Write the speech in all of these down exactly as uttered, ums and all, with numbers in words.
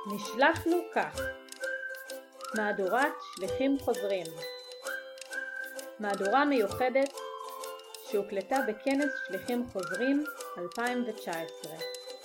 נשלחנו כך. מהדורת שליחים חוזרים. מהדורה מיוחדת שהוקלטה בכנס שליחים חוזרים אלפיים תשע עשרה.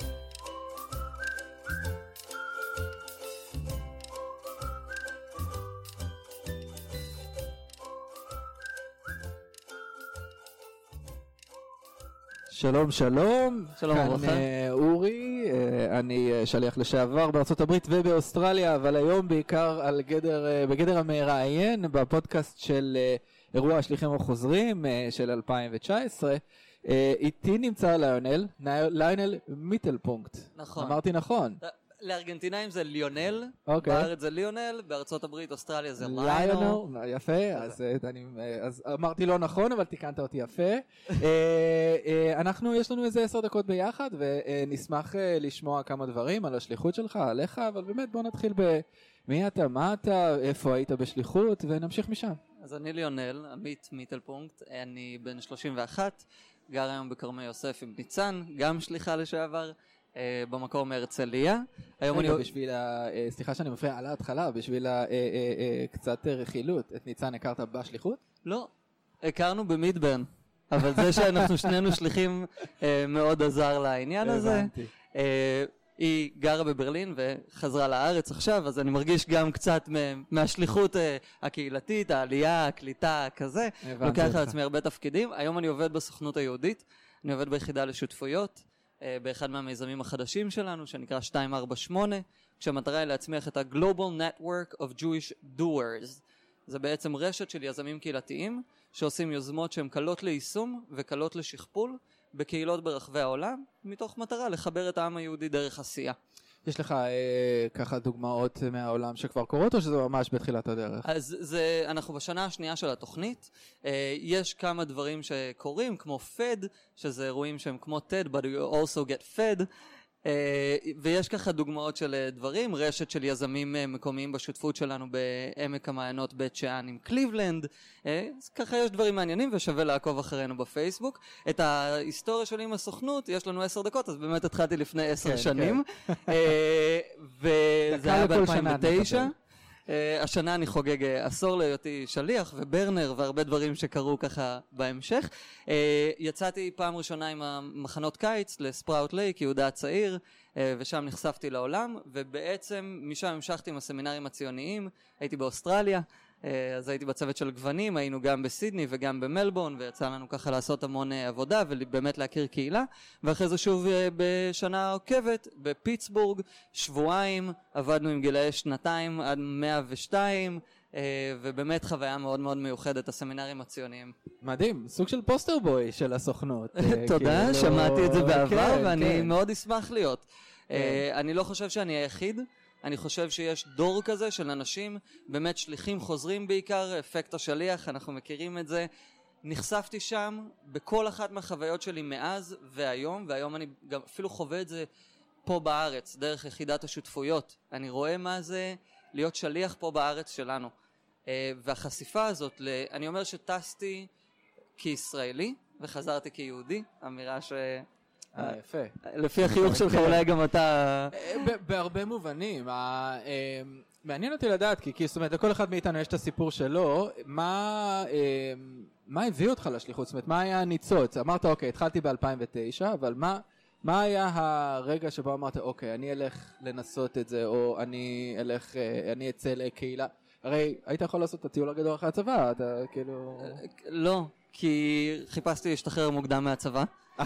שלום שלום, שלום כאן וברכה. uh, אורי, uh, אני uh, שליח לשעבר בארצות הברית ובאוסטרליה, אבל היום בעיקר על גדר, uh, בגדר המראיין בפודקאסט של uh, אירוע השליחים החוזרים uh, של אלפיים תשע עשרה. uh, איתי נמצא ליונל, ליונל מיטלפונקט. נכון. אמרתי נכון. לארגנטינאים זה ליונל, אוקיי. בארץ זה ליונל, בארצות הברית, אוסטרליה זה ליונל. ליונל, יפה, אז, אני, אז אמרתי לא נכון, אבל תיקנת אותי יפה. אנחנו, יש לנו איזה עשר דקות ביחד, ונשמח לשמוע כמה דברים על השליחות שלך, עליך, אבל באמת בוא נתחיל במי אתה, מה אתה, איפה היית בשליחות, ונמשיך משם. אז אני ליונל, עמית מיטלפונקט, אני בן שלושים ואחת, גר היום בכרמי יוסף עם ניצן, גם שליחה לשעבר. במקור מהרצליה. היום אני בשביל ה... סליחה שאני מפריע על ההתחלה, בשביל קצת רכילות. את ניצן הכרת בשליחות? לא, הכרנו במידברן, אבל זה שאנחנו שנינו שליחים מאוד עזר לעניין הזה. היא גרה בברלין וחזרה לארץ עכשיו, אז אני מרגיש גם קצת מהשליחות הקהילתית, העלייה, הקליטה, כזה. לוקח על עצמי הרבה תפקידים. היום אני עובד בסוכנות היהודית, אני עובד ביחידה לשותפויות, באחד מהמיזמים החדשים שלנו, שנקרא שתיים ארבע שמונה, כשהמטרה היא להצמיח את ה-Global Network of Jewish Doers. זה בעצם רשת של יזמים קהילתיים, שעושים יוזמות שהן קלות ליישום וקלות לשכפול, בקהילות ברחבי העולם, מתוך מטרה לחבר את העם היהודי דרך עשייה. יש לך אה, ככה דוגמאות מהעולם שכבר קורות, או שזה ממש בתחילת הדרך? אז זה, אנחנו בשנה השנייה של התוכנית, אה, יש כמה דברים שקורים, כמו פד, שזה אירועים שהם כמו טד, but you also get fed, אה, ויש ככה דוגמאות של דברים, רשת של יזמים מקומיים בשותפות שלנו בעמק המעיינות בית שאן עם קליבלנד, אה, אז ככה יש דברים מעניינים ושווה לעקוב אחרינו בפייסבוק. את ההיסטוריה שלי עם הסוכנות, יש לנו עשר דקות, אז באמת התחלתי לפני עשר שנים, אה, וזה היה ב-אלפיים ותשע. Uh, השנה אני חוגג uh, עשור להיותי שליח וברנר והרבה דברים שקרו ככה בהמשך. Uh, יצאתי פעם ראשונה עם המחנות קיץ לספראוט לייק, יהודה הצעיר, uh, ושם נחשפתי לעולם, ובעצם משם המשכתי עם הסמינרים הציוניים, הייתי באוסטרליה, uh, אז הייתי בצוות של גוונים, היינו גם בסידני וגם במלבורן, ויצא לנו ככה לעשות המון uh, עבודה ובאמת להכיר קהילה, ואחרי זה שוב uh, בשנה עוקבת בפיטסבורג, שבועיים, עבדנו עם גילאי שנתיים עד מאה ושתיים, ובאמת חוויה מאוד מאוד מיוחדת, הסמינרים הציוניים. מדהים, סוג של פוסטר בוי של הסוכנות. תודה, שמעתי את זה בעבר, ואני מאוד אשמח להיות. אני לא חושב שאני היחיד, אני חושב שיש דור כזה של אנשים, באמת שליחים חוזרים בעיקר, אפקט השליח, אנחנו מכירים את זה. נחשפתי שם בכל אחת מהחוויות שלי מאז והיום, והיום אני גם אפילו חווה את זה פה בארץ, דרך יחידת השותפויות. אני רואה מה זה להיות שליח פה בארץ שלנו. והחשיפה הזאת, אני אומר שטסתי כישראלי וחזרתי כיהודי, אמירה ש... יפה. לפי החיוך שלך אולי גם אתה... בהרבה מובנים. מעניין אותי לדעת, כי זאת אומרת, לכל אחד מאיתנו יש את הסיפור שלו, מה הביא אותך לשליחות? זאת אומרת, מה היה הניצוץ? אמרת, אוקיי, התחלתי ב-אלפיים ותשע, אבל מה... מה היה הרגע שבו אמרת, אוקיי, אני אלך לנסות את זה, או אני אלך, אני אצא לקהילה? הרי היית יכול לעשות את הטיול הגדול אחרי הצבא, אתה כאילו... לא, כי חיפשתי להשתחרר מוקדם מהצבא,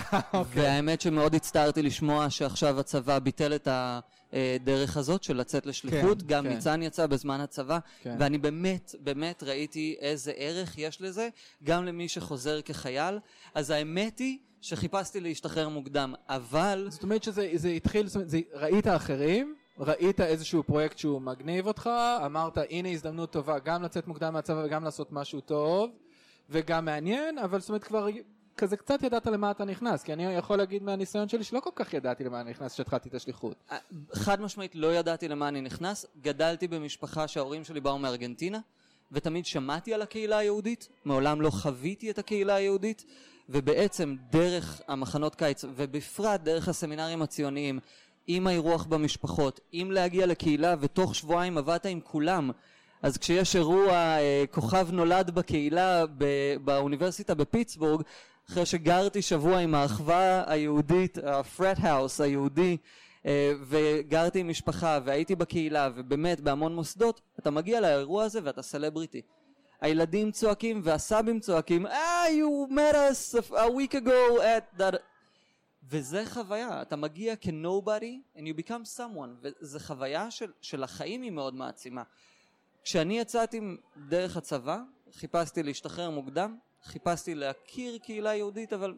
והאמת שמאוד הצטערתי לשמוע שעכשיו הצבא ביטל את הדרך הזאת של לצאת לשליחות, גם ניצן יצא בזמן הצבא, ואני באמת, באמת ראיתי איזה ערך יש לזה, גם למי שחוזר כחייל, אז האמת היא, שחיפשתי להשתחרר מוקדם, אבל... זאת אומרת שזה זה התחיל, זאת אומרת, זה, ראית אחרים, ראית איזשהו פרויקט שהוא מגניב אותך, אמרת, הנה הזדמנות טובה, גם לצאת מוקדם מהצבא וגם לעשות משהו טוב, וגם מעניין, אבל זאת אומרת כבר כזה קצת ידעת למה אתה נכנס, כי אני יכול להגיד מהניסיון שלי שלא כל כך ידעתי למה אני נכנס שהתחלתי את השליחות. חד משמעית לא ידעתי למה אני נכנס, גדלתי במשפחה שההורים שלי באו מארגנטינה, ותמיד שמעתי על הקהילה היהודית, מעולם לא חוויתי את הקהילה היהודית, ובעצם דרך המחנות קיץ, ובפרט דרך הסמינרים הציוניים, עם האירוח במשפחות, עם להגיע לקהילה ותוך שבועיים עבדת עם כולם. אז כשיש אירוע אה, כוכב נולד בקהילה ב- באוניברסיטה בפיטסבורג, אחרי שגרתי שבוע עם האחווה היהודית, הפרט האוס היהודי, אה, וגרתי עם משפחה והייתי בקהילה ובאמת בהמון מוסדות, אתה מגיע לאירוע הזה ואתה סלבריטי. הילדים צועקים והסבים צועקים, אה, you met us a week ago at that... וזה חוויה, אתה מגיע כ-nobody and you become someone, וזו חוויה של, של החיים היא מאוד מעצימה. כשאני יצאתי דרך הצבא, חיפשתי להשתחרר מוקדם, חיפשתי להכיר קהילה יהודית, אבל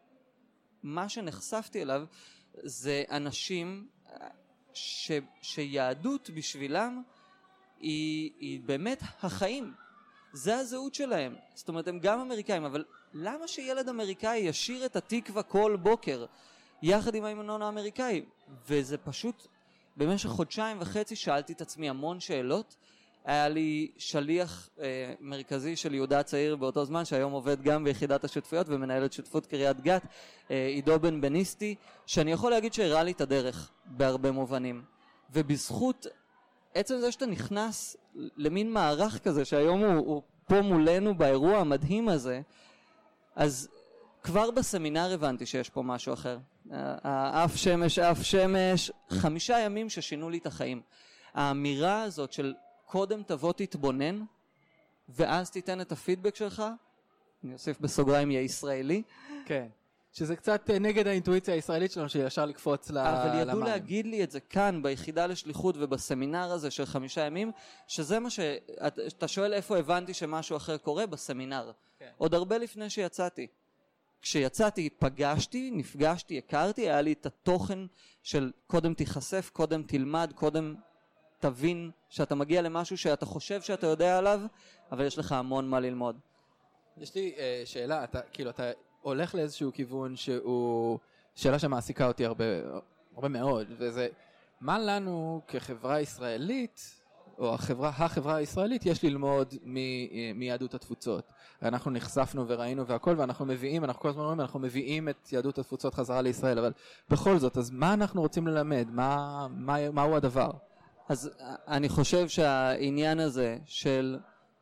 מה שנחשפתי אליו זה אנשים ש, שיהדות בשבילם היא, היא באמת החיים. זה הזהות שלהם. זאת אומרת, הם גם אמריקאים, אבל למה שילד אמריקאי ישיר את התקווה כל בוקר יחד עם ההמנון האמריקאי? וזה פשוט, במשך חודשיים וחצי שאלתי את עצמי המון שאלות. היה לי שליח אה, מרכזי של יהודה הצעיר באותו זמן, שהיום עובד גם ביחידת השותפויות ומנהל את שותפות קריית גת, אה, עידו בן בניסטי, שאני יכול להגיד שהראה לי את הדרך בהרבה מובנים. ובזכות עצם זה שאתה נכנס למין מערך כזה, שהיום הוא, הוא פה מולנו באירוע המדהים הזה, אז כבר בסמינר הבנתי שיש פה משהו אחר. האף שמש, אף שמש, חמישה ימים ששינו לי את החיים. האמירה הזאת של קודם תבוא תתבונן, ואז תיתן את הפידבק שלך, אני אוסיף בסוגריים יהיה ישראלי. כן. שזה קצת נגד האינטואיציה הישראלית שלנו, שישר לקפוץ למים. אבל ידעו להגיד לי את זה כאן, ביחידה לשליחות ובסמינר הזה של חמישה ימים, שזה מה שאתה שואל איפה הבנתי שמשהו אחר קורה, בסמינר. כן. עוד הרבה לפני שיצאתי. כשיצאתי, פגשתי, נפגשתי, הכרתי, היה לי את התוכן של קודם תיחשף, קודם תלמד, קודם תבין שאתה מגיע למשהו שאתה חושב שאתה יודע עליו, אבל יש לך המון מה ללמוד. יש לי אה, שאלה, אתה, כאילו, אתה הולך לאיזשהו כיוון שהוא, שאלה שמעסיקה אותי הרבה, הרבה מאוד, וזה, מה לנו כחברה ישראלית, או החברה, החברה הישראלית, יש ללמוד מ, מיהדות התפוצות. אנחנו נחשפנו וראינו והכל, ואנחנו מביאים, אנחנו כל הזמן אומרים, אנחנו מביאים את יהדות התפוצות חזרה לישראל, אבל בכל זאת, אז מה אנחנו רוצים ללמד? מה, מה, מהו הדבר? אז אני חושב שהעניין הזה של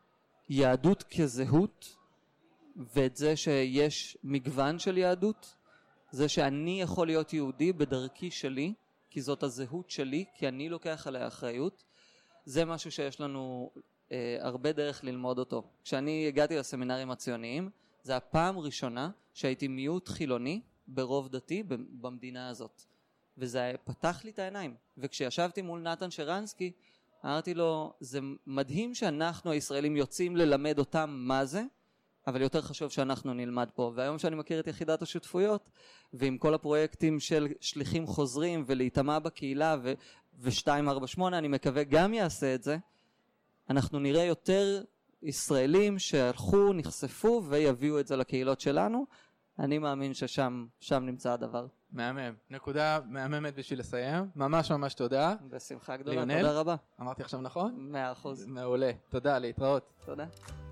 יהדות כזהות, ואת זה שיש מגוון של יהדות, זה שאני יכול להיות יהודי בדרכי שלי, כי זאת הזהות שלי, כי אני לוקח עליה אחריות, זה משהו שיש לנו אה, הרבה דרך ללמוד אותו. כשאני הגעתי לסמינרים הציוניים, זה הפעם ראשונה שהייתי מיעוט חילוני ברוב דתי במדינה הזאת. וזה פתח לי את העיניים. וכשישבתי מול נתן שרנסקי, אמרתי לו, זה מדהים שאנחנו הישראלים יוצאים ללמד אותם מה זה, אבל יותר חשוב שאנחנו נלמד פה. והיום שאני מכיר את יחידת השותפויות, ועם כל הפרויקטים של שליחים חוזרים ולהיטמע בקהילה ו- ו-שתיים ארבע שמונה, אני מקווה גם יעשה את זה, אנחנו נראה יותר ישראלים שהלכו, נחשפו ויביאו את זה לקהילות שלנו. אני מאמין ששם שם נמצא הדבר. מהמם. נקודה מהממת בשביל לסיים. ממש ממש תודה. בשמחה גדולה. ליונל, תודה רבה. אמרתי עכשיו נכון? מאה אחוז. מעולה. תודה, להתראות. תודה.